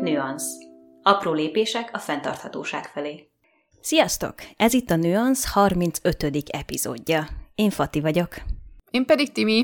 Nüansz. Apró lépések a fenntarthatóság felé. Sziasztok! Ez itt a Nüansz 35. epizódja. Én Fati vagyok. Én pedig Timi.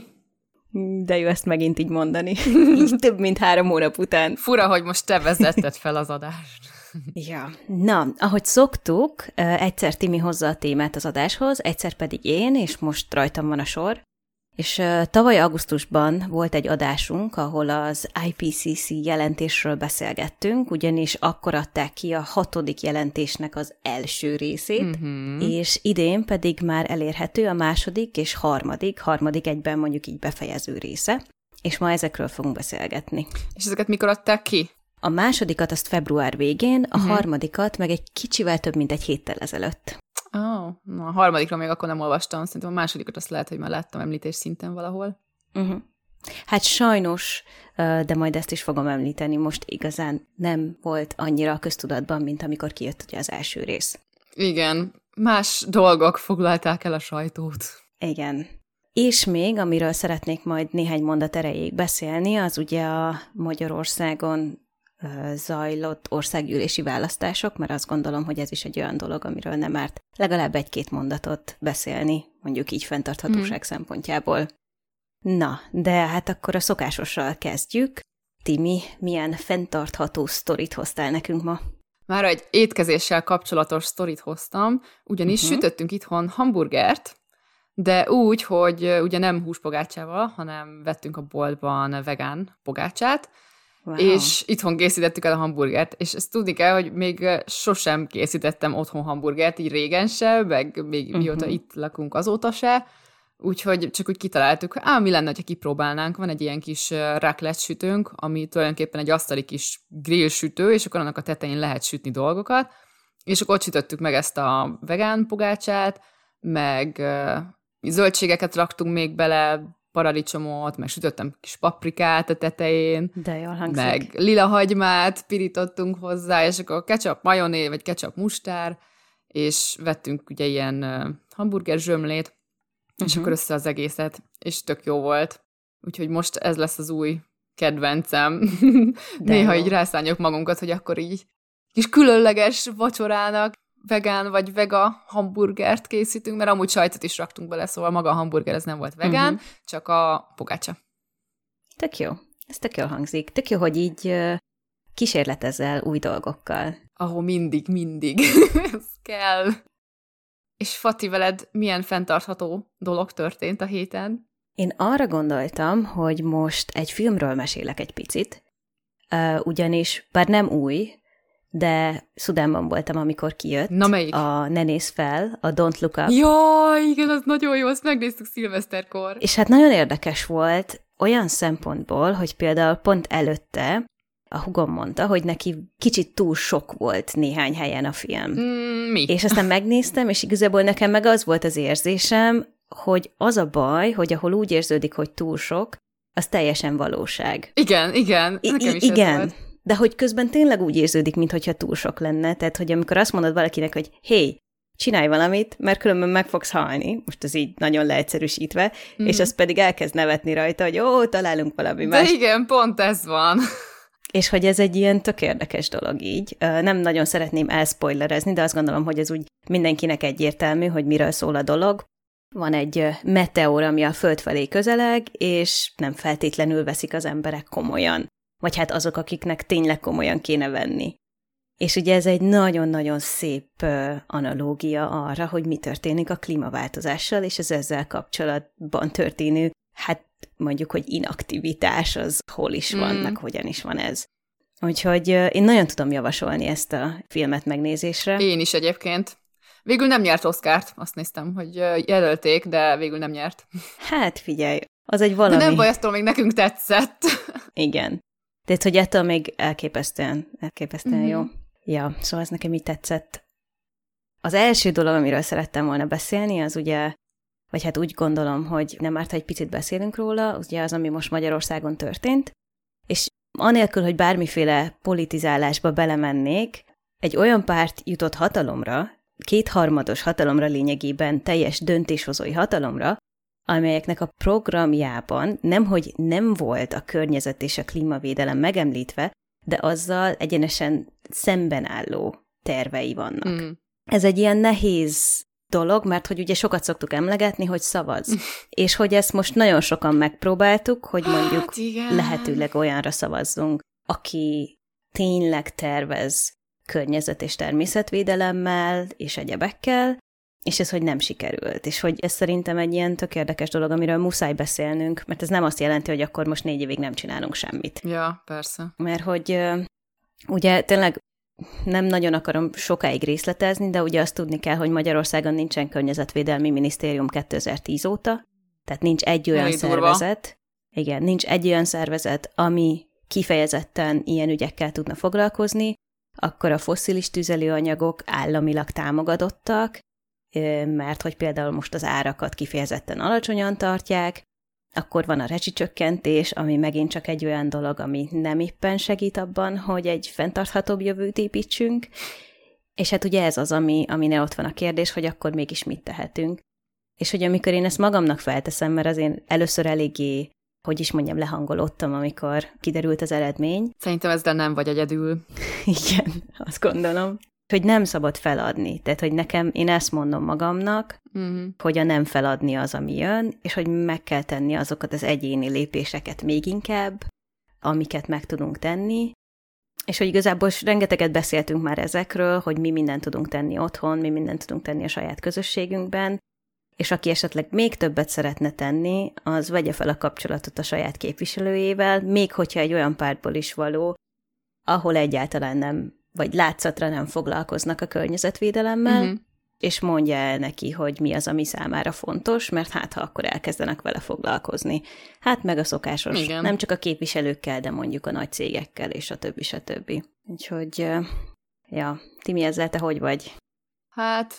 De jó ezt megint így mondani. Így több mint 3 hónap után. Fura, hogy most te vezetted fel az adást. Ja. Na, ahogy szoktuk, egyszer Timi hozza a témát az adáshoz, egyszer pedig én, és most rajtam van a sor. És tavaly augusztusban volt egy adásunk, ahol az IPCC jelentésről beszélgettünk, ugyanis akkor adták ki a 6. jelentésnek az első részét, és idén pedig már elérhető a 2. és 3. egyben mondjuk így befejező része, és ma ezekről fogunk beszélgetni. És ezeket mikor adták ki? A 2. azt február végén, a 3. meg egy kicsivel több, mint egy héttel ezelőtt. A 3. még akkor nem olvastam, szerintem a 2. azt lehet, hogy már láttam említés szinten valahol. Hát sajnos, de majd ezt is fogom említeni, most igazán nem volt annyira a köztudatban, mint amikor kijött ugye az első rész. Igen, más dolgok foglalták el a sajtót. Igen. És még, amiről szeretnék majd néhány mondat erejéig beszélni, az ugye a Magyarországon zajlott országgyűlési választások, mert azt gondolom, hogy ez is egy olyan dolog, amiről nem árt legalább 1-2 mondatot beszélni, mondjuk így fenntarthatóság szempontjából. Na, de hát akkor a szokásossal kezdjük. Timi, milyen fenntartható sztorit hoztál nekünk ma? Már egy étkezéssel kapcsolatos sztorit hoztam, ugyanis sütöttünk itthon hamburgert, de úgy, hogy ugye nem húspogácsával, hanem vettünk a boltban vegán pogácsát, wow. És itthon készítettük el a hamburgert, és ezt tudni kell, hogy még sosem készítettem otthon hamburgert, így régen se, meg még mióta itt lakunk azóta se, úgyhogy csak úgy kitaláltuk, hogy mi lenne, ha kipróbálnánk. Van egy ilyen kis raclette sütőnk, ami tulajdonképpen egy asztali kis grill sütő, és akkor annak a tetején lehet sütni dolgokat, és akkor ott sütöttük meg ezt a vegán pogácsát, meg zöldségeket raktunk még bele, paradicsomot, meg sütöttem kis paprikát a tetején, de jól hangzik. Meg lila hagymát pirítottunk hozzá, és akkor ketchup majonéz, vagy ketchup mustár, és vettünk ugye ilyen hamburger zsömlét, és akkor össze az egészet, és tök jó volt. Úgyhogy most ez lesz az új kedvencem. Néha így rászálljuk magunkat, hogy akkor így kis különleges vacsorának vegán vagy vega hamburgert készítünk, mert amúgy sajtot is raktunk bele, szóval maga a hamburger ez nem volt vegán, csak a pogácsa. Tök jó. Ez tök jól hangzik. Tök jó, hogy így kísérletezel új dolgokkal. Mindig. Ez kell. És Fati, veled milyen fenntartható dolog történt a héten? Én arra gondoltam, hogy most egy filmről mesélek egy picit, ugyanis bár nem új, de Szudánban voltam, amikor kijött. Na, melyik? A Ne nézz fel, a Don't Look Up. Jaj, igen, az nagyon jó, azt megnéztük szilveszterkor. És hát nagyon érdekes volt olyan szempontból, hogy például pont előtte a hugom mondta, hogy neki kicsit túl sok volt néhány helyen a film. Mi? És aztán megnéztem, és igazából nekem meg az volt az érzésem, hogy az a baj, hogy ahol úgy érződik, hogy túl sok, az teljesen valóság. Igen, nekem is igen. ez volt. De hogy közben tényleg úgy érződik, mintha túl sok lenne. Tehát, hogy amikor azt mondod valakinek, hogy hé, csinálj valamit, mert különben meg fogsz halni, most ez így nagyon leegyszerűsítve, és az pedig elkezd nevetni rajta, hogy találunk valami más. De igen, pont ez van. És hogy ez egy ilyen tök érdekes dolog így. Nem nagyon szeretném elspoilerezni, de azt gondolom, hogy ez úgy mindenkinek egyértelmű, hogy miről szól a dolog. Van egy meteor, ami a Föld felé közeleg, és nem feltétlenül veszik az emberek komolyan. Vagy hát azok, akiknek tényleg komolyan kéne venni. És ugye ez egy nagyon-nagyon szép analógia arra, hogy mi történik a klímaváltozással, és az ezzel kapcsolatban történő, hát mondjuk, hogy inaktivitás, az hol is van, meg hogyan is van ez. Úgyhogy én nagyon tudom javasolni ezt a filmet megnézésre. Én is egyébként. Végül nem nyert Oscart, azt néztem, hogy jelölték, de végül nem nyert. Hát figyelj, az egy valami... De nem baj, attól még nekünk tetszett. Igen. Tehát, hogy ettől még elképesztően jó. Ja, szóval ez nekem így tetszett. Az első dolog, amiről szerettem volna beszélni, az ugye, vagy hát úgy gondolom, hogy nem árt, ha egy picit beszélünk róla, ugye az, ami most Magyarországon történt, és anélkül, hogy bármiféle politizálásba belemennék, egy olyan párt jutott hatalomra, 2/3 hatalomra lényegében, teljes döntéshozói hatalomra, amelyeknek a programjában nemhogy nem volt a környezet és a klímavédelem megemlítve, de azzal egyenesen szemben álló tervei vannak. Ez egy ilyen nehéz dolog, mert hogy ugye sokat szoktuk emlegetni, hogy szavazz. És hogy ezt most nagyon sokan megpróbáltuk, hogy mondjuk lehetőleg olyanra szavazzunk, aki tényleg tervez környezet- és természetvédelemmel, és egyebekkel, és ez, hogy nem sikerült. És hogy ez szerintem egy ilyen tök érdekes dolog, amiről muszáj beszélnünk, mert ez nem azt jelenti, hogy akkor most 4 évig nem csinálunk semmit. Ja, persze. Mert hogy ugye tényleg nem nagyon akarom sokáig részletezni, de ugye azt tudni kell, hogy Magyarországon nincsen környezetvédelmi minisztérium 2010 óta, tehát nincs egy olyan szervezet, igen, nincs egy olyan szervezet, ami kifejezetten ilyen ügyekkel tudna foglalkozni, akkor a fosszilis tüzelőanyagok államilag támogatottak, mert hogy például most az árakat kifejezetten alacsonyan tartják, akkor van a rezsicsökkentés, ami megint csak egy olyan dolog, ami nem éppen segít abban, hogy egy fenntarthatóbb jövőt építsünk, és hát ugye ez az, aminél ott van a kérdés, hogy akkor mégis mit tehetünk. És hogy amikor én ezt magamnak felteszem, mert azért először eléggé, hogy is mondjam, lehangolódtam, amikor kiderült az eredmény. Szerintem ezzel nem vagy egyedül. Igen, azt gondolom. Hogy nem szabad feladni. Tehát, hogy nekem, én ezt mondom magamnak, hogy a nem feladni az, ami jön, és hogy meg kell tenni azokat az egyéni lépéseket még inkább, amiket meg tudunk tenni, és hogy igazából rengeteget beszéltünk már ezekről, hogy mi mindent tudunk tenni otthon, mi mindent tudunk tenni a saját közösségünkben, és aki esetleg még többet szeretne tenni, az vegye fel a kapcsolatot a saját képviselőjével, még hogyha egy olyan pártból is való, ahol egyáltalán nem, vagy látszatra nem foglalkoznak a környezetvédelemmel, és mondja el neki, hogy mi az, ami számára fontos, mert hát ha akkor elkezdenek vele foglalkozni. Hát meg a szokásos, igen. Nem csak a képviselőkkel, de mondjuk a nagy cégekkel, és a többi, stb. Úgyhogy, ja, Timi, ezzel te hogy vagy? Hát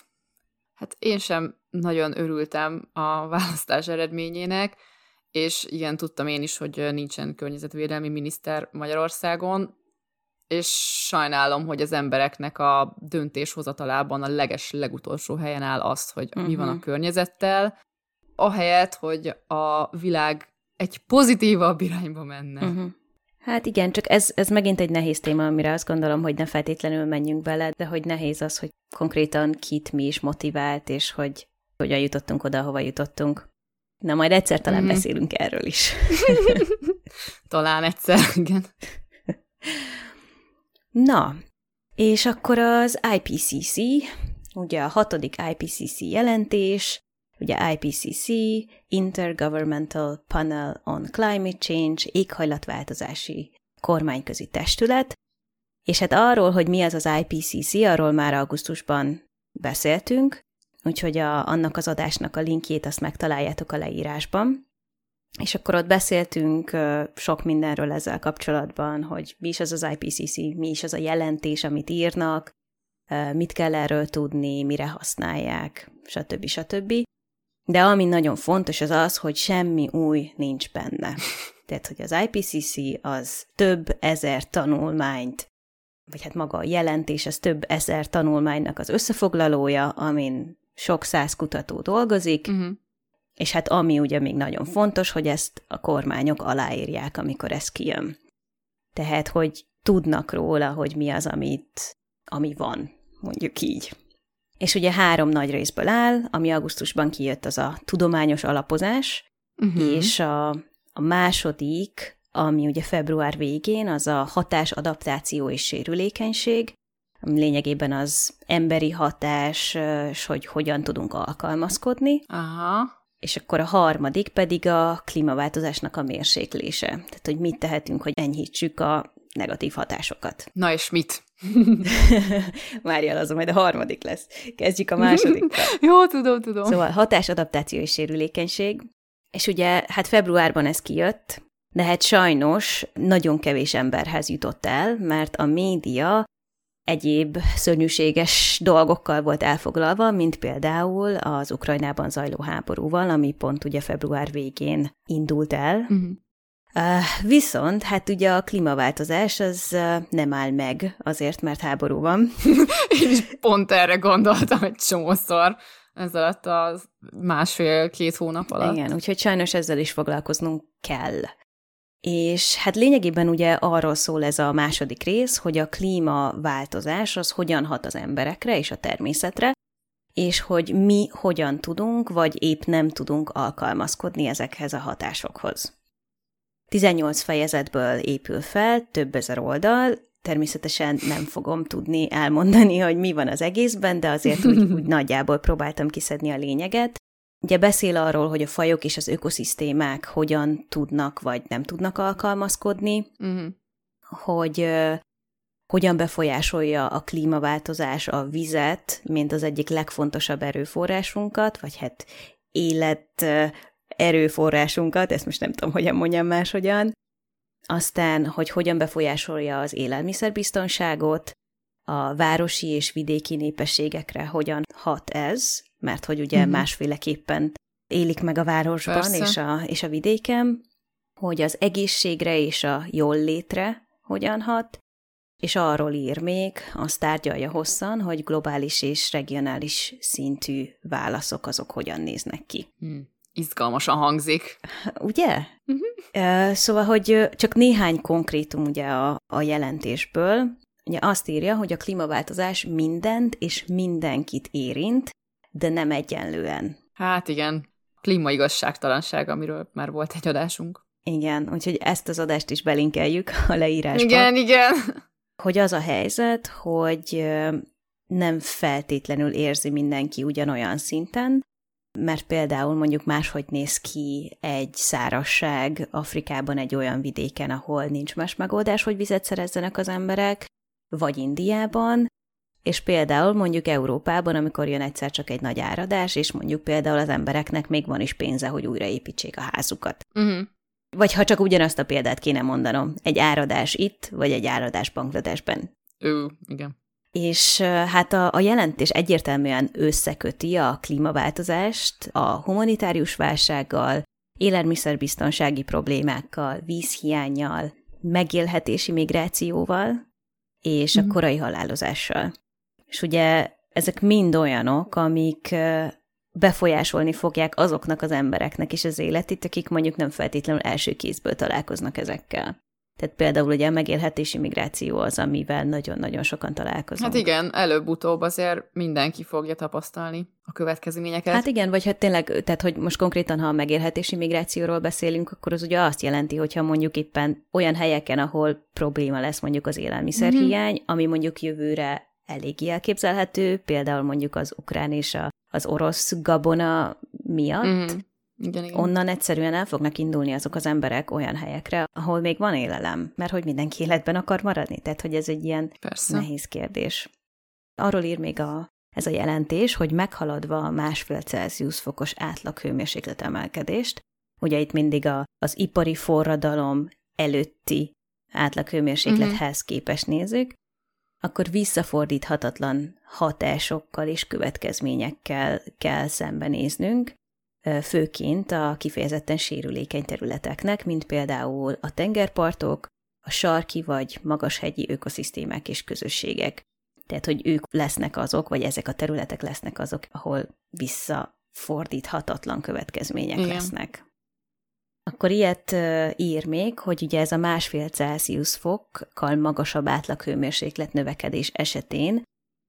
én sem nagyon örültem a választás eredményének, és igen, tudtam én is, hogy nincsen környezetvédelmi miniszter Magyarországon, és sajnálom, hogy az embereknek a döntéshozatalában a legutolsó helyen áll az, hogy mi van a környezettel, ahelyett, hogy a világ egy pozitívabb irányba menne. Hát igen, csak ez megint egy nehéz téma, amire azt gondolom, hogy ne feltétlenül menjünk bele, de hogy nehéz az, hogy konkrétan kit mi is motivált, és hogy hogyan jutottunk oda, hova jutottunk. Na, majd egyszer talán beszélünk erről is. Talán egyszer, igen. Na, és akkor az IPCC, ugye a 6. IPCC jelentés, ugye IPCC, Intergovernmental Panel on Climate Change, éghajlatváltozási kormányközi testület, és hát arról, hogy mi az az IPCC, arról már augusztusban beszéltünk, úgyhogy annak az adásnak a linkjét azt megtaláljátok a leírásban. És akkor ott beszéltünk sok mindenről ezzel kapcsolatban, hogy mi is az az IPCC, mi is az a jelentés, amit írnak, mit kell erről tudni, mire használják, stb. De ami nagyon fontos az az, hogy semmi új nincs benne. Tehát, hogy az IPCC az több ezer tanulmányt, vagy hát maga a jelentés, az több ezer tanulmánynak az összefoglalója, amin sok száz kutató dolgozik, és hát ami ugye még nagyon fontos, hogy ezt a kormányok aláírják, amikor ez kijön. Tehát, hogy tudnak róla, hogy mi az, ami van, mondjuk így. És ugye 3 nagy részből áll, ami augusztusban kijött, az a tudományos alapozás, és a második, ami ugye február végén, az a hatás, adaptáció és sérülékenység, ami lényegében az emberi hatás, és hogy hogyan tudunk alkalmazkodni. Aha. És akkor a harmadik pedig a klímaváltozásnak a mérséklése. Tehát, hogy mit tehetünk, hogy enyhítsük a negatív hatásokat. Na és mit? Várjál, az majd a harmadik lesz. Kezdjük a másodikkal. Jó, tudom. Szóval hatás, adaptáció és sérülékenység. És ugye, hát februárban ez kijött, de hát sajnos nagyon kevés emberhez jutott el, mert a média egyéb szörnyűséges dolgokkal volt elfoglalva, mint például az Ukrajnában zajló háborúval, ami pont ugye február végén indult el. Viszont hát ugye a klímaváltozás az nem áll meg azért, mert háború van. Én is pont erre gondoltam egy csomószor ez alatt a 1,5-2 hónap alatt. Igen, úgyhogy sajnos ezzel is foglalkoznunk kell. És hát lényegében ugye arról szól ez a második rész, hogy a klímaváltozás az hogyan hat az emberekre és a természetre, és hogy mi hogyan tudunk, vagy épp nem tudunk alkalmazkodni ezekhez a hatásokhoz. 18 fejezetből épül fel, több ezer oldal, természetesen nem fogom tudni elmondani, hogy mi van az egészben, de azért úgy nagyjából próbáltam kiszedni a lényeget. Ugye beszél arról, hogy a fajok és az ökoszisztémák hogyan tudnak vagy nem tudnak alkalmazkodni, hogy hogyan befolyásolja a klímaváltozás a vizet, mint az egyik legfontosabb erőforrásunkat, vagy hát élet erőforrásunkat, ezt most nem tudom, hogyan mondjam máshogyan. Aztán, hogy hogyan befolyásolja az élelmiszerbiztonságot, a városi és vidéki népességekre hogyan hat ez, mert hogy ugye másféleképpen élik meg a városban és a vidéken, hogy az egészségre és a jóllétre hogyan hat, és arról ír még, azt tárgyalja hosszan, hogy globális és regionális szintű válaszok azok hogyan néznek ki. Izgalmasan hangzik. Ugye? Szóval, hogy csak néhány konkrétum ugye a jelentésből. Ugye azt írja, hogy a klímaváltozás mindent és mindenkit érint, de nem egyenlően. Hát igen, klímaigazságtalanság, amiről már volt egy adásunk. Igen, úgyhogy ezt az adást is belinkeljük a leírásba. Igen. Hogy az a helyzet, hogy nem feltétlenül érzi mindenki ugyanolyan szinten, mert például mondjuk máshogy néz ki egy szárazság Afrikában egy olyan vidéken, ahol nincs más megoldás, hogy vizet szerezzenek az emberek, vagy Indiában, és például mondjuk Európában, amikor jön egyszer csak egy nagy áradás, és mondjuk például az embereknek még van is pénze, hogy újraépítsék a házukat. Vagy ha csak ugyanazt a példát kéne mondanom, egy áradás itt, vagy egy áradás Bangladesben. Igen. És hát a jelentés egyértelműen összeköti a klímaváltozást a humanitárius válsággal, élelmiszerbiztonsági problémákkal, vízhiánnyal, megélhetési migrációval, és a korai halálozással. És ugye ezek mind olyanok, amik befolyásolni fogják azoknak az embereknek is az életét, akik mondjuk nem feltétlenül első kézből találkoznak ezekkel. Tehát például ugye a megélhetési migráció az, amivel nagyon-nagyon sokan találkozunk. Hát igen, előbb-utóbb azért mindenki fogja tapasztalni a következményeket. Hát igen, vagy hát tényleg, tehát hogy most konkrétan, ha a megélhetési migrációról beszélünk, akkor az ugye azt jelenti, hogyha mondjuk éppen olyan helyeken, ahol probléma lesz mondjuk az élelmiszerhiány, ami mondjuk jövőre eléggé elképzelhető, például mondjuk az ukrán és az orosz gabona miatt, Igen. onnan egyszerűen el fognak indulni azok az emberek olyan helyekre, ahol még van élelem, mert hogy mindenki életben akar maradni, tehát hogy ez egy ilyen nehéz kérdés. Arról ír még ez a jelentés, hogy meghaladva a 1,5 Celsius fokos átlag hőmérséklet emelkedést, ugye itt mindig az ipari forradalom előtti átlag hőmérséklethez képest nézzük, akkor visszafordíthatatlan hatásokkal és következményekkel kell szembenéznünk, főként a kifejezetten sérülékeny területeknek, mint például a tengerpartok, a sarki vagy magashegyi ökoszisztémák és közösségek. Tehát, hogy ők lesznek azok, vagy ezek a területek lesznek azok, ahol visszafordíthatatlan következmények lesznek. Akkor ilyet ír még, hogy ugye ez a 1,5 Celsius fokkal magasabb átlaghőmérséklet növekedés esetén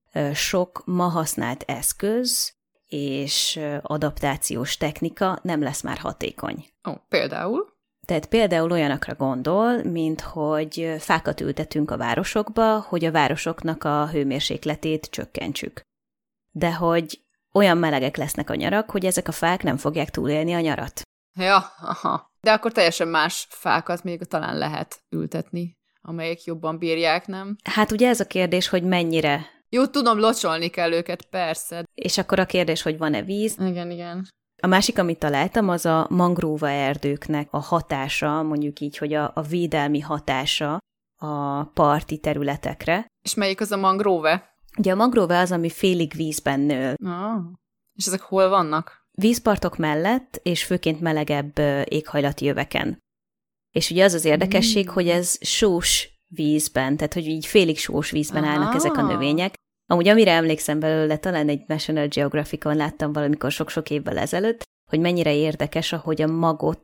sok ma használt eszköz és adaptációs technika nem lesz már hatékony. Például? Tehát például olyanokra gondol, mint hogy fákat ültetünk a városokba, hogy a városoknak a hőmérsékletét csökkentsük. De hogy olyan melegek lesznek a nyarak, hogy ezek a fák nem fogják túlélni a nyarat. Ja, aha. De akkor teljesen más fákat még talán lehet ültetni, amelyek jobban bírják, nem? Hát ugye ez a kérdés, hogy mennyire. Jó, tudom, locsolni kell őket, persze. És akkor a kérdés, hogy van-e víz? Igen. A másik, amit találtam, az a mangróva erdőknek a hatása, mondjuk így, hogy a védelmi hatása a parti területekre. És melyik az a mangróve? Ugye a mangróve az, ami félig vízben nő. És ezek hol vannak? Vízpartok mellett, és főként melegebb éghajlati jöveken. És ugye az az érdekesség, hogy ez sós vízben, tehát hogy így félig sós vízben állnak ezek a növények. Amúgy amire emlékszem belőle, talán egy National Geographic-on láttam valamikor sok-sok évvel ezelőtt, hogy mennyire érdekes, ahogy a magot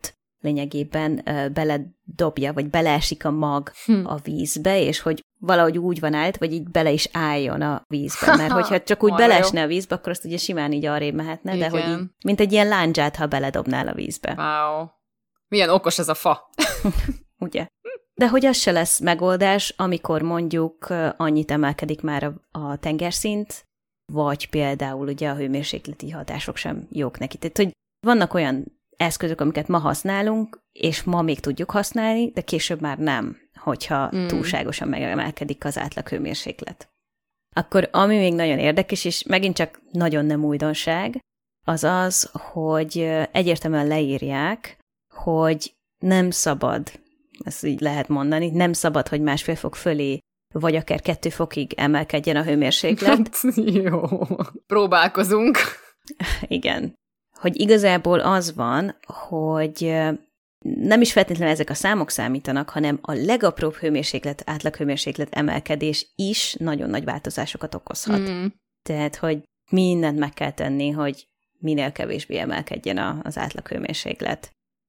lényegében beledobja, vagy beleesik a mag a vízbe, és hogy valahogy úgy van állt, vagy így bele is álljon a vízbe. Mert hogyha csak úgy beleesne a vízbe, akkor azt ugye simán így arrébb mehetne, de hogy így, mint egy ilyen lándzsát, ha beledobnál a vízbe. Wow. Milyen okos ez a fa. Ugye? De hogy az se lesz megoldás, amikor mondjuk annyit emelkedik már a tengerszint, vagy például ugye a hőmérsékleti hatások sem jók neki. Tehát, hogy vannak olyan eszközök, amiket ma használunk, és ma még tudjuk használni, de később már nem, hogyha túlságosan megemelkedik az átlag hőmérséklet. Akkor ami még nagyon érdekes, és megint csak nagyon nem újdonság, az az, hogy egyértelműen leírják, hogy nem szabad, ezt így lehet mondani, nem szabad, hogy 1,5 fok fölé, vagy akár 2 fokig emelkedjen a hőmérséklet. Jó, próbálkozunk. Igen. Hogy igazából az van, hogy nem is feltétlenül ezek a számok számítanak, hanem a legapróbb átlaghőmérséklet emelkedés is nagyon nagy változásokat okozhat. Tehát, hogy mindent meg kell tenni, hogy minél kevésbé emelkedjen az átlaghőmérséklet.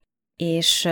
És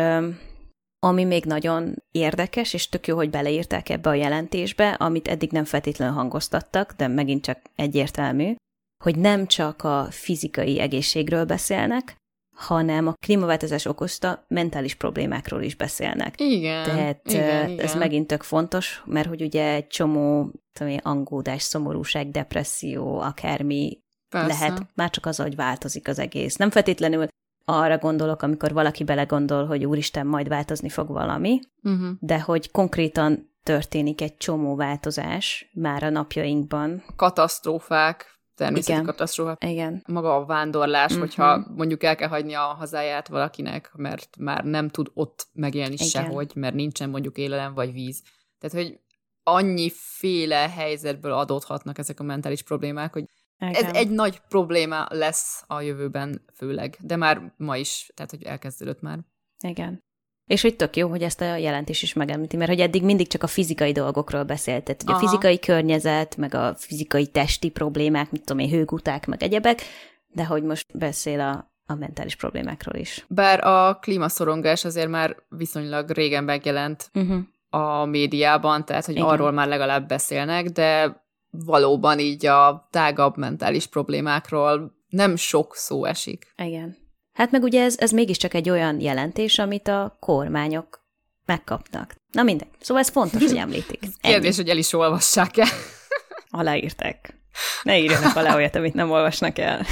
ami még nagyon érdekes, és tök jó, hogy beleírták ebbe a jelentésbe, amit eddig nem feltétlenül hangoztattak, de megint csak egyértelmű, hogy nem csak a fizikai egészségről beszélnek, hanem a klímaváltozás okozta mentális problémákról is beszélnek. Igen. Tehát igen. Ez megint tök fontos, mert hogy ugye egy csomó aggódás, szomorúság, depresszió, akármi lehet, már csak az, hogy változik az egész. Nem feltétlenül arra gondolok, amikor valaki belegondol, hogy úristen, majd változni fog valami, de hogy konkrétan történik egy csomó változás már a napjainkban. Katasztrófák, természeti katasztrófák. Igen. Maga a vándorlás, hogyha mondjuk el kell hagyni a hazáját valakinek, mert már nem tud ott megélni sehogy, mert nincsen mondjuk élelem vagy víz. Tehát, hogy annyiféle helyzetből adódhatnak ezek a mentális problémák, hogy ez egy nagy probléma lesz a jövőben főleg, de már ma is, tehát hogy elkezdődött már. Igen. És hogy tök jó, hogy ezt a jelentés is megemlíti, mert hogy eddig mindig csak a fizikai dolgokról beszélt, tehát hogy a fizikai környezet, meg a fizikai testi problémák, mit tudom én, hőguták, meg egyebek, de hogy most beszél a mentális problémákról is. Bár a klímaszorongás azért már viszonylag régen megjelent a médiában, tehát hogy arról már legalább beszélnek, de valóban így a tágabb mentális problémákról nem sok szó esik. Igen. Hát meg ugye ez mégiscsak egy olyan jelentés, amit a kormányok megkapnak. Na mindegy. Szóval ez fontos, hogy említik. Kérdés, hogy el is olvassák-e? Aláírták. Ne írjanak alá olyat, amit nem olvasnak el.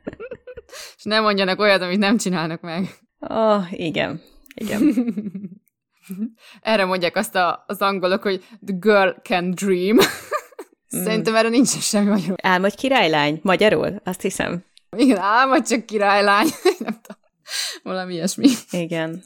És nem mondjanak olyat, amit nem csinálnak meg. Igen. Erre mondják azt az angolok, hogy the girl can dream. Szerintem erre nincsen semmi magyarul. Álmodj királylány, magyarul? Azt hiszem. Igen, álmodj csak királylány. Nem tudom. Valami ilyesmi. Igen.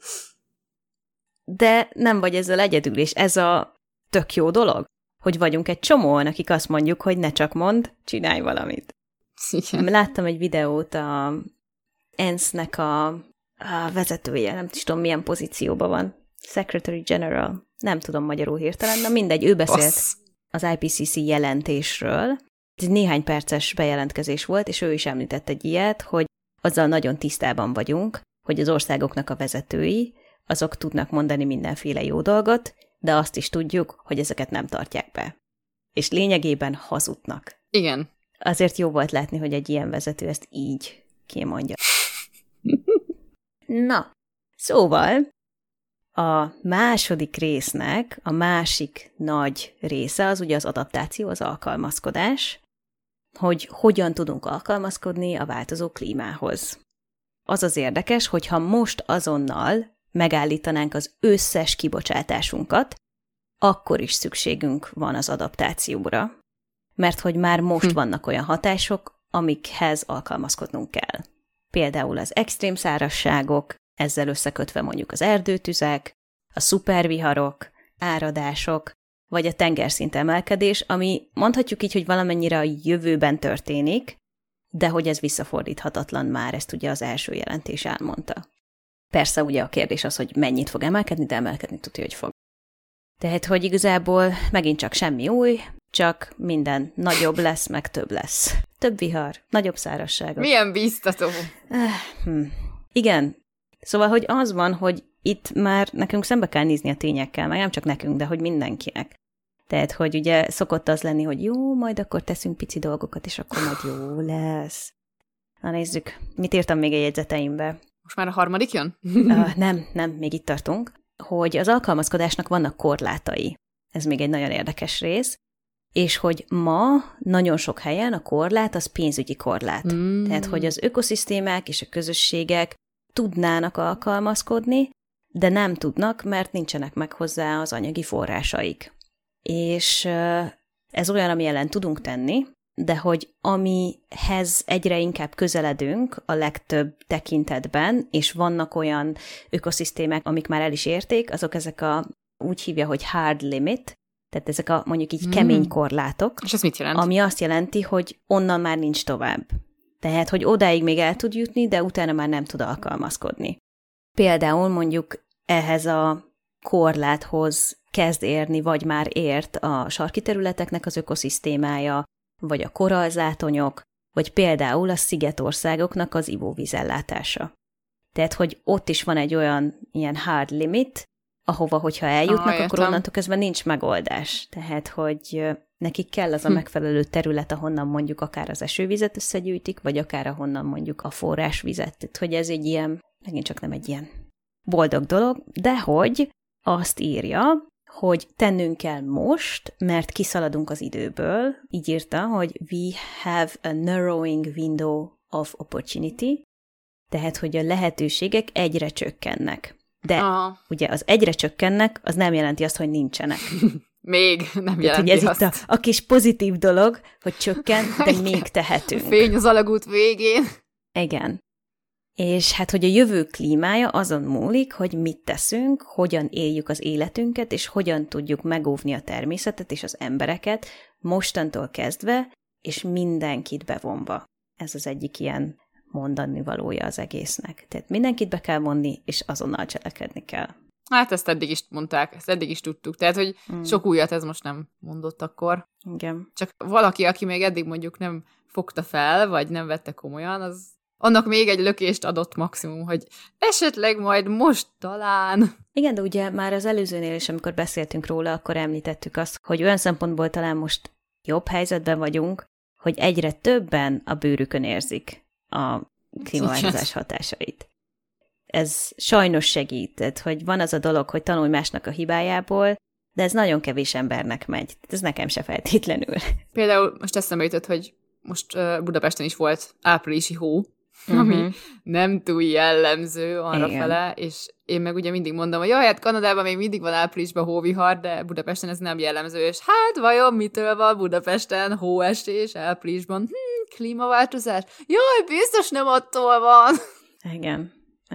De nem vagy ezzel egyedül, és ez a tök jó dolog, hogy vagyunk egy csomóan, akik azt mondjuk, hogy ne csak mondd, csinálj valamit. Igen. Láttam egy videót a ENSZ-nek a vezetője, nem tudom milyen pozícióban van. Secretary General. Nem tudom magyarul hirtelen, de mindegy, ő beszélt az IPCC jelentésről. Ez egy néhány perces bejelentkezés volt, és ő is említett egy ilyet, hogy azzal nagyon tisztában vagyunk, hogy az országoknak a vezetői, azok tudnak mondani mindenféle jó dolgot, de azt is tudjuk, hogy ezeket nem tartják be. És lényegében hazudnak. Igen. Azért jó volt látni, hogy egy ilyen vezető ezt így kimondja. Na, szóval a második résznek a másik nagy része az ugye az adaptáció, az alkalmazkodás, hogy hogyan tudunk alkalmazkodni a változó klímához. Az az érdekes, hogyha most azonnal megállítanánk az összes kibocsátásunkat, akkor is szükségünk van az adaptációra, mert hogy már most vannak olyan hatások, amikhez alkalmazkodnunk kell. Például az extrém szárazságok, ezzel összekötve mondjuk az erdőtüzek, a szuperviharok, áradások, vagy a tengerszint emelkedés, ami mondhatjuk így, hogy valamennyire a jövőben történik, de hogy ez visszafordíthatatlan már, ezt ugye az első jelentés elmondta. Persze ugye a kérdés az, hogy mennyit fog emelkedni, de emelkedni tudja, hogy fog. Tehát, hogy igazából megint csak semmi új, csak minden nagyobb lesz, meg több lesz. Több vihar, nagyobb szárazságok. Milyen biztató. Igen, Szóval, hogy az van, hogy itt már nekünk szembe kell nézni a tényekkel, meg nem csak nekünk, de hogy mindenkinek. Tehát, hogy ugye szokott az lenni, hogy jó, majd akkor teszünk pici dolgokat, és akkor majd jó lesz. Na nézzük, mit írtam még a jegyzeteimbe. Most már a harmadik jön? Nem, még itt tartunk, hogy az alkalmazkodásnak vannak korlátai. Ez még egy nagyon érdekes rész, és hogy ma nagyon sok helyen a korlát az pénzügyi korlát. Tehát, hogy az ökoszisztémák és a közösségek tudnának alkalmazkodni, de nem tudnak, mert nincsenek meg hozzá az anyagi forrásaik. És ez olyan, ami ellen tudunk tenni, de hogy amihez egyre inkább közeledünk a legtöbb tekintetben, és vannak olyan ökoszisztémák, amik már el is érték, azok ezek úgy hívja, hogy hard limit, tehát ezek a mondjuk így kemény korlátok. És ez mit jelent? Ami azt jelenti, hogy onnan már nincs tovább. Tehát, hogy odáig még el tud jutni, de utána már nem tud alkalmazkodni. Például mondjuk ehhez a korláthoz kezd érni, vagy már ért a sarki területeknek az ökoszisztémája, vagy a korallzátonyok, vagy például a szigetországoknak az ivóvízellátása. Tehát, hogy ott is van egy olyan ilyen hard limit, ahova, hogyha eljutnak, akkor onnantól kezdve nincs megoldás. Tehát, hogy nekik kell az a megfelelő terület, ahonnan mondjuk akár az esővizet összegyűjtik, vagy akár ahonnan mondjuk a forrásvizet. Tehát, hogy ez egy ilyen, megint csak nem egy ilyen boldog dolog, de hogy azt írja, hogy tennünk kell most, mert kiszaladunk az időből. Így írta, hogy we have a narrowing window of opportunity, tehát, hogy a lehetőségek egyre csökkennek. De ugye az egyre csökkennek, az nem jelenti azt, hogy nincsenek. Még nem jelenti tehát, hogy ez azt. Itt a kis pozitív dolog, hogy csökken, de még tehetünk. Fény az alagút végén. Igen. És hát, hogy a jövő klímája azon múlik, hogy mit teszünk, hogyan éljük az életünket, és hogyan tudjuk megóvni a természetet és az embereket mostantól kezdve, és mindenkit bevonva. Ez az egyik ilyen mondani valója az egésznek. Tehát mindenkit be kell vonni, és azonnal cselekedni kell. Hát ezt eddig is mondták, ezt eddig is tudtuk. Tehát, hogy sok újat ez most nem mondott akkor. Igen. Csak valaki, aki még eddig mondjuk nem fogta fel, vagy nem vette komolyan, az annak még egy lökést adott maximum, hogy esetleg majd most talán. Igen, de ugye már az előzőnél is, amikor beszéltünk róla, akkor említettük azt, hogy olyan szempontból talán most jobb helyzetben vagyunk, hogy egyre többen a bőrükön érzik a klímaváltozás hatásait. Ez sajnos segít, hogy van az a dolog, hogy tanulj másnak a hibájából, de ez nagyon kevés embernek megy. Ez nekem se feltétlenül. Például most eszembe jutott, hogy most Budapesten is volt áprilisi hó, ami nem túl jellemző arrafele, és én meg ugye mindig mondom, hogy jaj, hát Kanadában még mindig van áprilisban hóvihar, de Budapesten ez nem jellemző, és hát vajon mitől van Budapesten hóesés áprilisban? Klímaváltozás? Jaj, biztos nem attól van! Igen.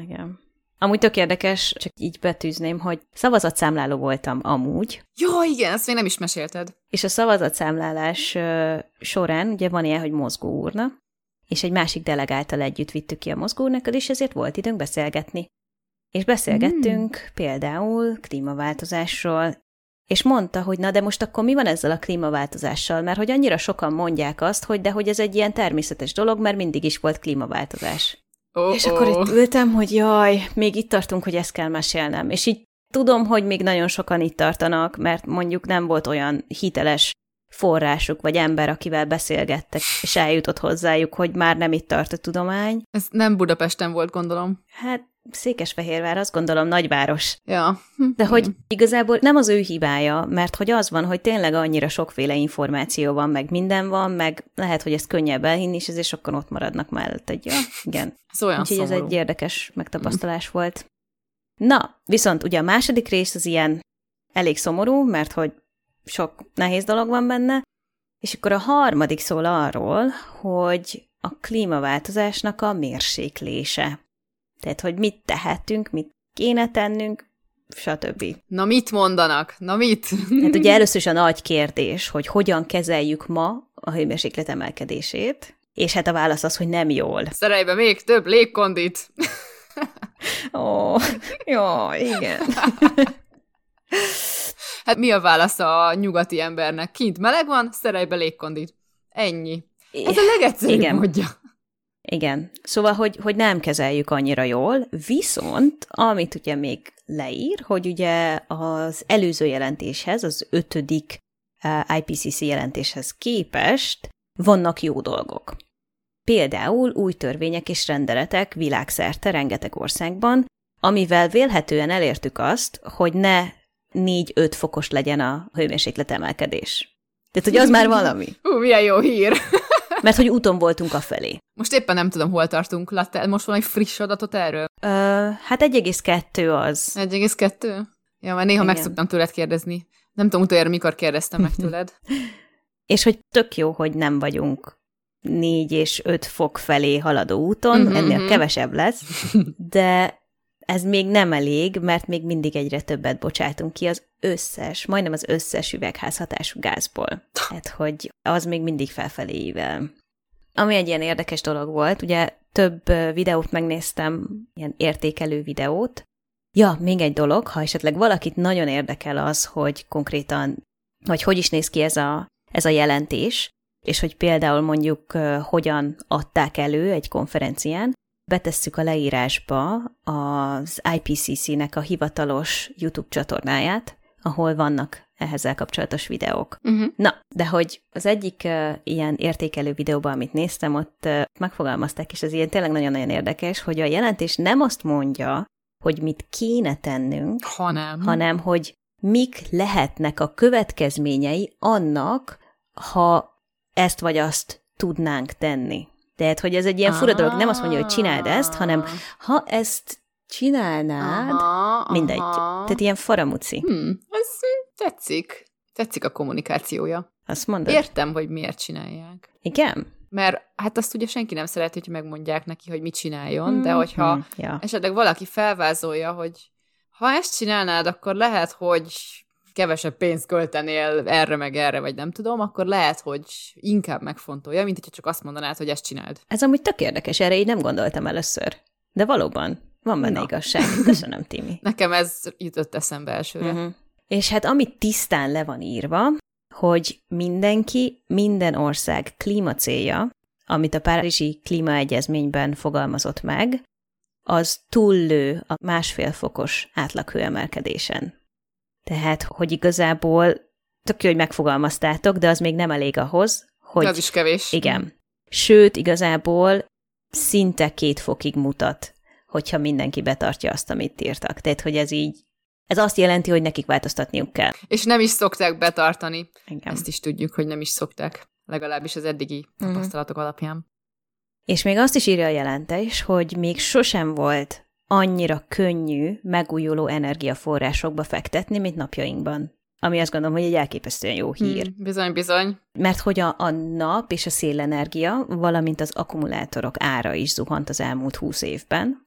Amúgy tök érdekes, csak így betűzném, hogy szavazatszámláló voltam amúgy. Jó, igen, ezt még nem is mesélted. És a szavazatszámlálás során ugye van ilyen, hogy mozgóurna, és egy másik delegáltal együtt vittük ki a mozgóurnákat, és ezért volt időnk beszélgetni. És beszélgettünk például klímaváltozásról, és mondta, hogy na de most akkor mi van ezzel a klímaváltozással, mert hogy annyira sokan mondják azt, hogy de hogy ez egy ilyen természetes dolog, mert mindig is volt klímaváltozás. És akkor itt ültem, hogy jaj, még itt tartunk, hogy ezt kell mesélnem. És így tudom, hogy még nagyon sokan itt tartanak, mert mondjuk nem volt olyan hiteles forrásuk, vagy ember, akivel beszélgettek, és eljutott hozzájuk, hogy már nem itt tart a tudomány. Ez nem Budapesten volt, gondolom. Hát Székesfehérvár, azt gondolom nagyváros. Ja. De hogy igazából nem az ő hibája, mert hogy az van, hogy tényleg annyira sokféle információ van, meg minden van, meg lehet, hogy ezt könnyebb elhinni, és ezért sokan ott maradnak mellett. Egy, ja, igen. Ez olyan úgyhogy szomorú. Ez egy érdekes megtapasztalás volt. Na, viszont ugye a második rész az ilyen elég szomorú, mert hogy sok nehéz dolog van benne, és akkor a harmadik szól arról, hogy a klímaváltozásnak a mérséklése. Tehát, hogy mit tehetünk, mit kéne tennünk, stb. Na mit mondanak? Na mit? Hát ugye először is a nagy kérdés, hogy hogyan kezeljük ma a hőmérséklet emelkedését, és hát a válasz az, hogy nem jól. Szerelj be még több légkondit! Ó, jó, igen. Hát mi a válasz a nyugati embernek? Kint meleg van, szerelj be légkondit. Ennyi. Ez a legegyszerűbb módja. Igen. Szóval, hogy nem kezeljük annyira jól, viszont amit ugye még leír, hogy ugye az előző jelentéshez, az 5. IPCC jelentéshez képest vannak jó dolgok. Például új törvények és rendeletek világszerte rengeteg országban, amivel vélhetően elértük azt, hogy ne 4-5 fokos legyen a hőmérséklet emelkedés. Tehát, hogy az már valami. Milyen jó hír! Mert hogy úton voltunk afelé. Most éppen nem tudom, hol tartunk. Láttál most valami friss adatot erről? Hát 1,2 az. 1,2? Ja, már néha meg szoktam tőled kérdezni. Nem tudom utoljára, mikor kérdeztem meg tőled. És hogy tök jó, hogy nem vagyunk 4 és 5 fok felé haladó úton, ennél kevesebb lesz, de ez még nem elég, mert még mindig egyre többet bocsátunk ki az összes, majdnem az összes üvegházhatású gázból. Hát, hogy az még mindig felfelé ível. Ami egy ilyen érdekes dolog volt, ugye több videót megnéztem, ilyen értékelő videót. Ja, még egy dolog, ha esetleg valakit nagyon érdekel az, hogy konkrétan, vagy hogy is néz ki ez a jelentés, és hogy például mondjuk hogyan adták elő egy konferencián, betesszük a leírásba az IPCC-nek a hivatalos YouTube csatornáját, ahol vannak ehhezzel kapcsolatos videók. Na, de hogy az egyik ilyen értékelő videóban, amit néztem, ott megfogalmazták, és ez ilyen tényleg nagyon-nagyon érdekes, hogy a jelentés nem azt mondja, hogy mit kéne tennünk, hanem hogy mik lehetnek a következményei annak, ha ezt vagy azt tudnánk tenni. Tehát, hogy ez egy ilyen fura dolog, nem azt mondja, hogy csináld ezt, hanem ha ezt csinálnád, mindegy. Tehát ilyen faramuci. Ez tetszik. Tetszik a kommunikációja. Azt mondod? Értem, hogy miért csinálják. Igen? Mert hát azt ugye senki nem szereti, hogy megmondják neki, hogy mit csináljon, de hogyha esetleg valaki felvázolja, hogy ha ezt csinálnád, akkor lehet, hogy kevesebb pénzt költenél erre meg erre, vagy nem tudom, akkor lehet, hogy inkább megfontolja, mint hogyha csak azt mondanád, hogy ezt csináld. Ez amúgy tök érdekes, erre így nem gondoltam először. De valóban, van benne igazság. Köszönöm, Timi. Nekem ez jutott eszembe elsőre. És hát amit tisztán le van írva, hogy mindenki, minden ország klímacélja, amit a Párizsi Klímaegyezményben fogalmazott meg, az túllő a 1,5 fokos átlaghőemelkedésen. Tehát, hogy igazából tök jó, hogy megfogalmaztátok, de az még nem elég ahhoz, hogy... De az is kevés. Igen. Sőt, igazából szinte 2 fokig mutat, hogyha mindenki betartja azt, amit írtak. Tehát, hogy ez azt jelenti, hogy nekik változtatniuk kell. És nem is szokták betartani. Igen. Ezt is tudjuk, hogy nem is szokták. Legalábbis az eddigi tapasztalatok alapján. És még azt is írja a jelentés, hogy még sosem volt annyira könnyű megújuló energiaforrásokba fektetni, mint napjainkban. Ami azt gondolom, hogy egy elképesztően jó hír. Bizony, bizony. Mert hogy a nap és a szélenergia, valamint az akkumulátorok ára is zuhant az elmúlt 20 évben,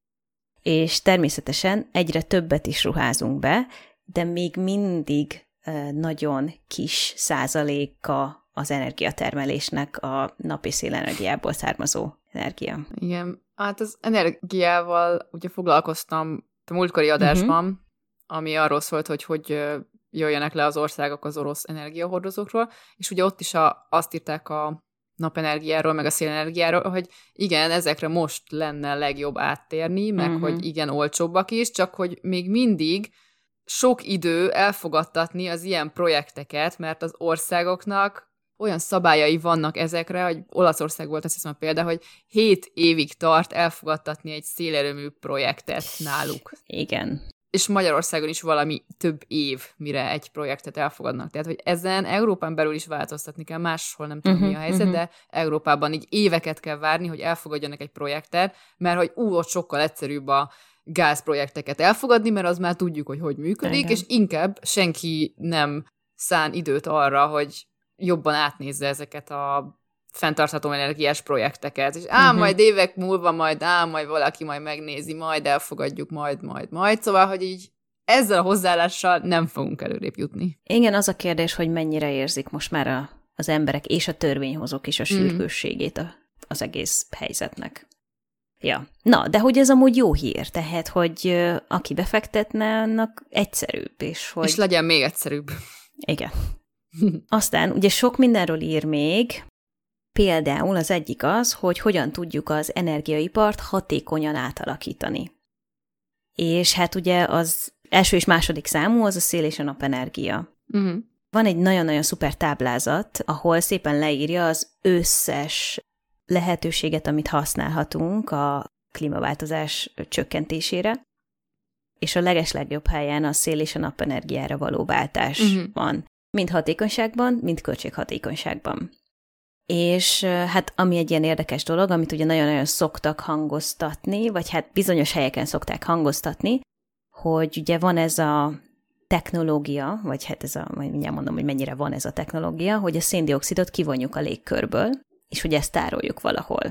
és természetesen egyre többet is ruházunk be, de még mindig nagyon kis százaléka az energiatermelésnek a nap- és szélenergiából származó energia. Igen, hát az energiával ugye foglalkoztam a múltkori adásban, ami arról szólt, hogy jöjjenek le az országok az orosz energiahordozókról, és ugye ott is azt írták a napenergiáról, meg a szélenergiáról, hogy igen, ezekre most lenne legjobb áttérni, meg hogy igen, olcsóbbak is, csak hogy még mindig sok idő elfogadtatni az ilyen projekteket, mert az országoknak olyan szabályai vannak ezekre, hogy Olaszország volt azt hiszem a példa, hogy 7 évig tart elfogadtatni egy szélerőmű projektet náluk. Igen. És Magyarországon is valami több év, mire egy projektet elfogadnak. Tehát, hogy ezen Európán belül is változtatni kell, máshol nem tudom, mi a helyzet, de Európában így éveket kell várni, hogy elfogadjanak egy projektet, mert hogy ott sokkal egyszerűbb a gázprojekteket elfogadni, mert az már tudjuk, hogy működik, igen. És inkább senki nem szán időt arra, hogy jobban átnézze ezeket a fenntartható energiás projekteket, és majd évek múlva majd valaki majd megnézi, majd elfogadjuk, majd. Szóval, hogy így ezzel a hozzáállással nem fogunk előrébb jutni. Igen, az a kérdés, hogy mennyire érzik most már az emberek és a törvényhozók is a sürgősségét az egész helyzetnek. Ja. Na, de hogy ez amúgy jó hír, tehát, hogy aki befektetne, annak egyszerűbb, és hogy... És legyen még egyszerűbb. Igen. Aztán ugye sok mindenről ír még, Például az egyik az, hogy hogyan tudjuk az energiaipart hatékonyan átalakítani. És hát ugye az első és második számú az a szél és a napenergia. Van egy nagyon-nagyon szuper táblázat, ahol szépen leírja az összes lehetőséget, amit használhatunk a klímaváltozás csökkentésére, és a legeslegjobb helyen a szél és a napenergiára való váltás van. Mind hatékonyságban, mind költséghatékonyságban. És hát ami egy ilyen érdekes dolog, amit ugye nagyon-nagyon szoktak hangoztatni, vagy hát bizonyos helyeken szokták hangoztatni, hogy ugye van ez a technológia, vagy hát ez a, majd mindjárt mondom, hogy mennyire van ez a technológia, hogy a széndioxidot kivonjuk a légkörből, és hogy ezt tároljuk valahol.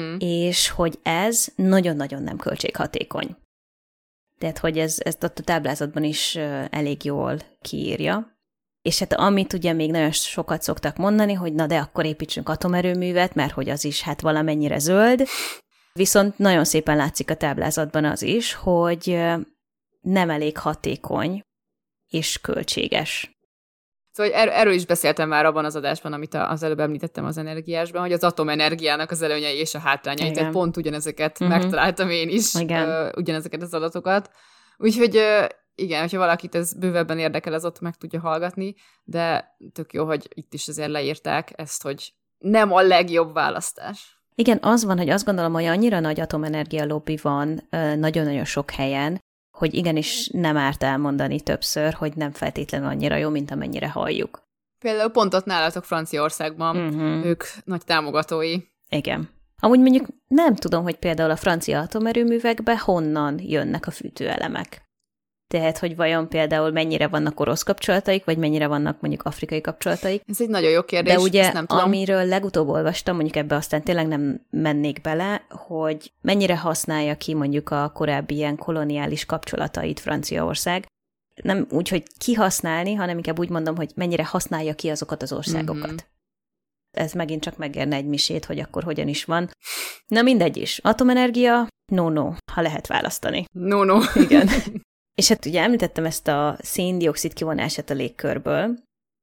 És hogy ez nagyon-nagyon nem költséghatékony. Tehát, hogy ezt a táblázatban is elég jól kiírja. És hát amit ugye még nagyon sokat szoktak mondani, hogy na de akkor építsünk atomerőművet, mert hogy az is hát valamennyire zöld. Viszont nagyon szépen látszik a táblázatban az is, hogy nem elég hatékony és költséges. Szóval erről is beszéltem már abban az adásban, amit az előbb említettem az energiásban, hogy az atomenergiának az előnyei és a hátrányai, tehát pont ugyanezeket megtaláltam én is, ugyanezeket az adatokat. Úgyhogy igen, hogyha valakit ez bővebben érdekel, az ott meg tudja hallgatni, de tök jó, hogy itt is azért leírták ezt, hogy nem a legjobb választás. Igen, az van, hogy azt gondolom, hogy annyira nagy atomenergia lobby van nagyon-nagyon sok helyen, hogy igenis nem árt elmondani többször, hogy nem feltétlenül annyira jó, mint amennyire halljuk. Például pont ott nálatok Franciaországban ők nagy támogatói. Igen. Amúgy mondjuk nem tudom, hogy például a francia atomerőművekbe honnan jönnek a fűtőelemek. Tehát, hogy vajon például mennyire vannak orosz kapcsolataik, vagy mennyire vannak mondjuk afrikai kapcsolataik. Ez egy nagyon jó kérdés, de ugye, nem tudom. Amiről legutóbb olvastam, mondjuk ebbe aztán tényleg nem mennék bele, hogy mennyire használja ki mondjuk a korábbi ilyen koloniális kapcsolatait Franciaország. Nem úgy, hogy kihasználni, hanem inkább úgy mondom, hogy mennyire használja ki azokat az országokat. Ez megint csak megérne egy misét, hogy akkor hogyan is van. Na mindegy is. Atomenergia, no, ha lehet választani. No. Igen. És hát ugye említettem ezt a széndioxid kivonását a légkörből.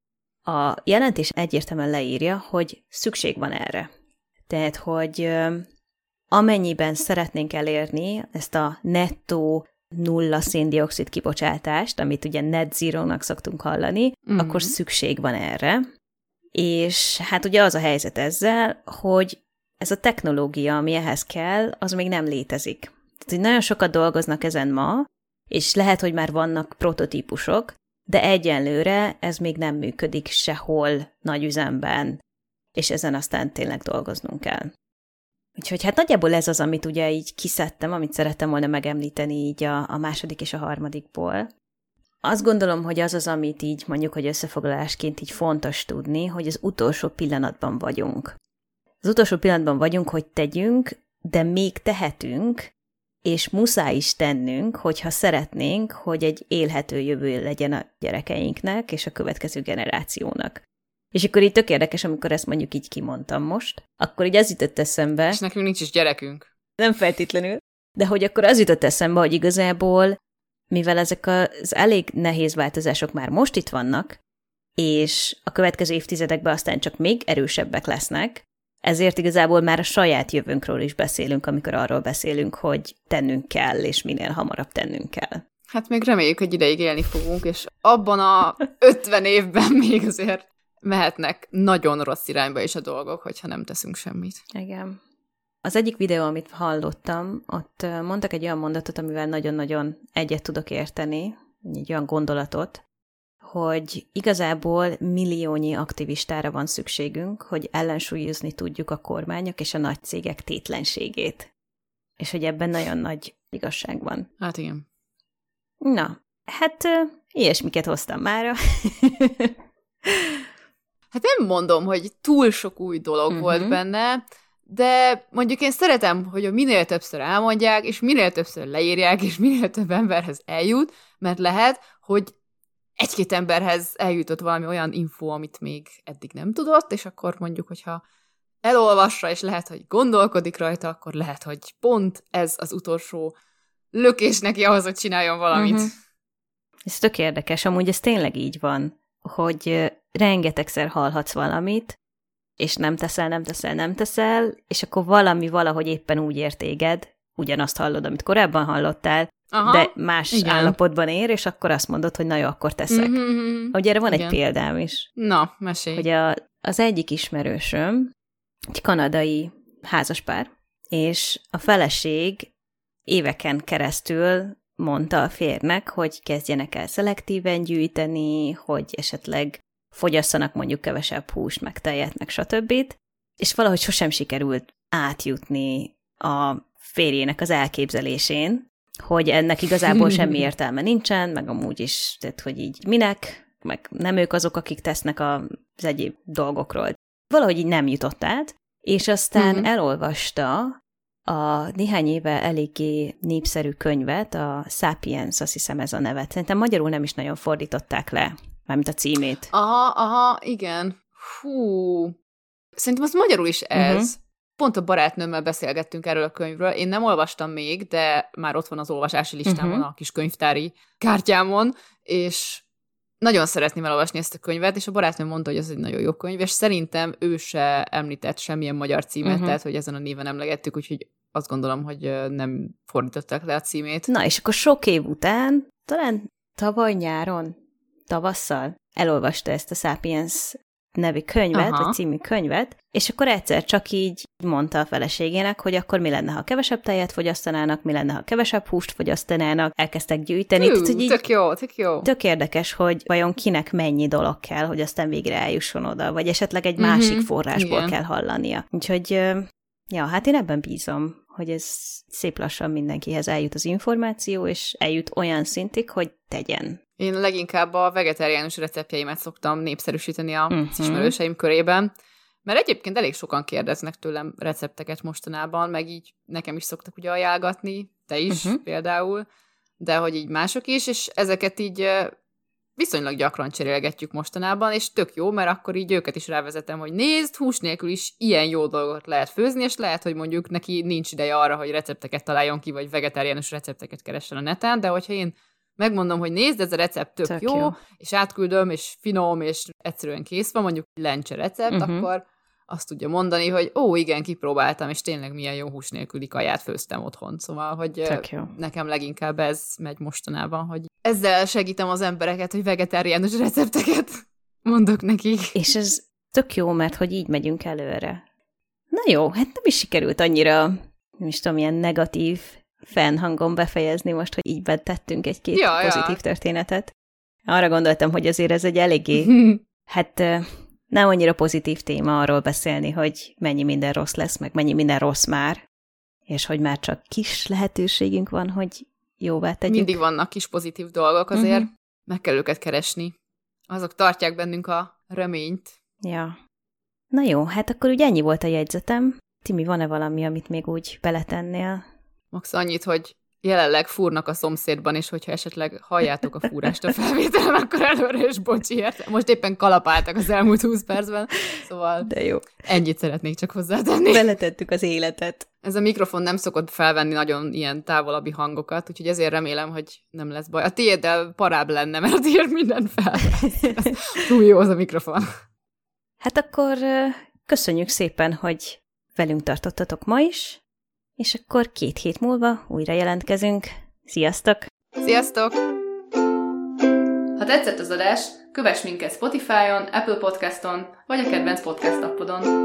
A jelentés egyértelműen leírja, hogy szükség van erre. Tehát, hogy amennyiben szeretnénk elérni ezt a nettó nulla széndioxid kibocsátást, amit ugye net zero-nak szoktunk hallani, akkor szükség van erre. És hát ugye az a helyzet ezzel, hogy ez a technológia, ami ehhez kell, az még nem létezik. Tehát, nagyon sokat dolgoznak ezen ma, és lehet, hogy már vannak prototípusok, de egyenlőre ez még nem működik sehol nagy üzemben, és ezen aztán tényleg dolgoznunk kell. Úgyhogy hát nagyjából ez az, amit ugye így kiszedtem, amit szerettem volna megemlíteni így a második és a harmadikból. Azt gondolom, hogy az az, amit így mondjuk, hogy összefoglalásként így fontos tudni, hogy az utolsó pillanatban vagyunk. Az utolsó pillanatban vagyunk, hogy tegyünk, de még tehetünk, és muszáj is tennünk, hogyha szeretnénk, hogy egy élhető jövő legyen a gyerekeinknek és a következő generációnak. És akkor így tök érdekes, amikor ezt mondjuk így kimondtam most, akkor így az jutott eszembe. És nekünk nincs is gyerekünk. Nem feltétlenül. De hogy akkor az jutott eszembe, hogy igazából, mivel ezek az elég nehéz változások már most itt vannak, és a következő évtizedekben aztán csak még erősebbek lesznek, ezért igazából már a saját jövőnkről is beszélünk, amikor arról beszélünk, hogy tennünk kell, és minél hamarabb tennünk kell. Hát még reméljük, hogy ideig élni fogunk, és abban a 50 évben még azért mehetnek nagyon rossz irányba is a dolgok, hogyha nem teszünk semmit. Igen. Az egyik videó, amit hallottam, ott mondtak egy olyan mondatot, amivel nagyon-nagyon egyet tudok érteni, egy olyan gondolatot, hogy igazából milliónyi aktivistára van szükségünk, hogy ellensúlyozni tudjuk a kormányok és a nagy cégek tétlenségét. És hogy ebben nagyon nagy igazság van. Hát igen. Na, hát ilyesmiket hoztam mára. Hát nem mondom, hogy túl sok új dolog volt benne, de mondjuk én szeretem, hogy minél többször elmondják, és minél többször leírják, és minél több emberhez eljut, mert lehet, hogy egy-két emberhez eljutott valami olyan info, amit még eddig nem tudott, és akkor mondjuk, hogyha elolvassa, és lehet, hogy gondolkodik rajta, akkor lehet, hogy pont ez az utolsó lökés neki ahhoz, hogy csináljon valamit. Ez tök érdekes, amúgy ez tényleg így van, hogy rengetegszer hallhatsz valamit, és nem teszel, és akkor valami valahogy éppen úgy ér téged, ugyanazt hallod, amit korábban hallottál, de más állapotban ér, és akkor azt mondod, hogy na jó, akkor teszek. Ugye erre van egy példám is. Na, mesélj. Hogy az egyik ismerősöm, egy kanadai házaspár, és a feleség éveken keresztül mondta a férnek, hogy kezdjenek el szelektíven gyűjteni, hogy esetleg fogyasszanak mondjuk kevesebb húst, meg tejet, meg stb. És valahogy sosem sikerült átjutni a férjének az elképzelésén, hogy ennek igazából semmi értelme nincsen, meg amúgy is, tehát hogy így minek, meg nem ők azok, akik tesznek az egyéb dolgokról. Valahogy így nem jutott át, és aztán elolvasta a néhány éve eléggé népszerű könyvet, a Sapiens, azt hiszem ez a nevet. Szerintem magyarul nem is nagyon fordították le, mármint a címét. Aha, igen. Hú. Szerintem az magyarul is ez. Pont a barátnőmmel beszélgettünk erről a könyvről. Én nem olvastam még, de már ott van az olvasási listámon, a kis könyvtári kártyámon, és nagyon szeretném elolvasni ezt a könyvet, és a barátnőm mondta, hogy ez egy nagyon jó könyv, és szerintem ő se említett semmilyen magyar címet, tehát hogy ezen a néven emlegettük, úgyhogy azt gondolom, hogy nem fordították le a címét. Na, és akkor sok év után, talán tavaly nyáron, tavasszal elolvasta ezt a Sapiens nevű könyvet, vagy című könyvet, és akkor egyszer csak így mondta a feleségének, hogy akkor mi lenne, ha kevesebb tejet fogyasztanának, mi lenne, ha kevesebb húst fogyasztanának, elkezdtek gyűjteni. Tök jó. Tök érdekes, hogy vajon kinek mennyi dolog kell, hogy aztán végre eljusson oda, vagy esetleg egy másik forrásból kell hallania. Úgyhogy, ja, hát én ebben bízom, hogy ez szép lassan mindenkihez eljut az információ, és eljut olyan szintig, hogy tegyen. Én leginkább a vegetáriánus receptjeimet szoktam népszerűsíteni a ismerőseim körében, mert egyébként elég sokan kérdeznek tőlem recepteket mostanában, meg így nekem is szoktak ugye ajánlgatni, te is például, de hogy így mások is, és ezeket így viszonylag gyakran cserélgetjük mostanában, és tök jó, mert akkor így őket is rávezetem, hogy nézd, hús nélkül is ilyen jó dolgot lehet főzni, és lehet, hogy mondjuk neki nincs ideje arra, hogy recepteket találjon ki, vagy vegetáriánus recepteket keressen a neten, de hogyha én megmondom, hogy nézd, ez a recept tök jó, és átküldöm, és finom, és egyszerűen kész van, mondjuk lencse recept, akkor azt tudja mondani, hogy igen, kipróbáltam, és tényleg milyen jó hús nélküli kaját főztem otthon. Szóval, hogy nekem leginkább ez megy mostanában, hogy ezzel segítem az embereket, hogy vegetáriánus recepteket mondok nekik. És ez tök jó, mert hogy így megyünk előre. Na jó, hát nem is sikerült annyira, nem is tudom, ilyen negatív fennhangon befejezni most, hogy így betettünk egy-két pozitív történetet. Arra gondoltam, hogy azért ez egy eléggé, hát nem annyira pozitív téma arról beszélni, hogy mennyi minden rossz lesz, meg mennyi minden rossz már, és hogy már csak kis lehetőségünk van, hogy jóvá tegyük. Mindig vannak kis pozitív dolgok, azért meg kell őket keresni. Azok tartják bennünk a reményt. Ja. Na jó, hát akkor ugye ennyi volt a jegyzetem. Timi, van-e valami, amit még úgy beletennél? Max annyit, hogy jelenleg fúrnak a szomszédban, és hogyha esetleg halljátok a fúrást a felvételen, akkor előre is bocsi érte. Most éppen kalapáltak az elmúlt 20 percben, szóval de jó. Ennyit szeretnék csak hozzátenni. Beletettük az életet. Ez a mikrofon nem szokott felvenni nagyon ilyen távolabbi hangokat, úgyhogy ezért remélem, hogy nem lesz baj. A tiéddel parább lenne, mert a tiéd mindent felvesz. Túl jó az a mikrofon. Hát akkor köszönjük szépen, hogy velünk tartottatok ma is, és akkor 2 hét múlva újra jelentkezünk. Sziasztok! Sziasztok! Ha tetszett az adás, kövess minket Spotify-on, Apple Podcaston, vagy a kedvenc podcast appodon.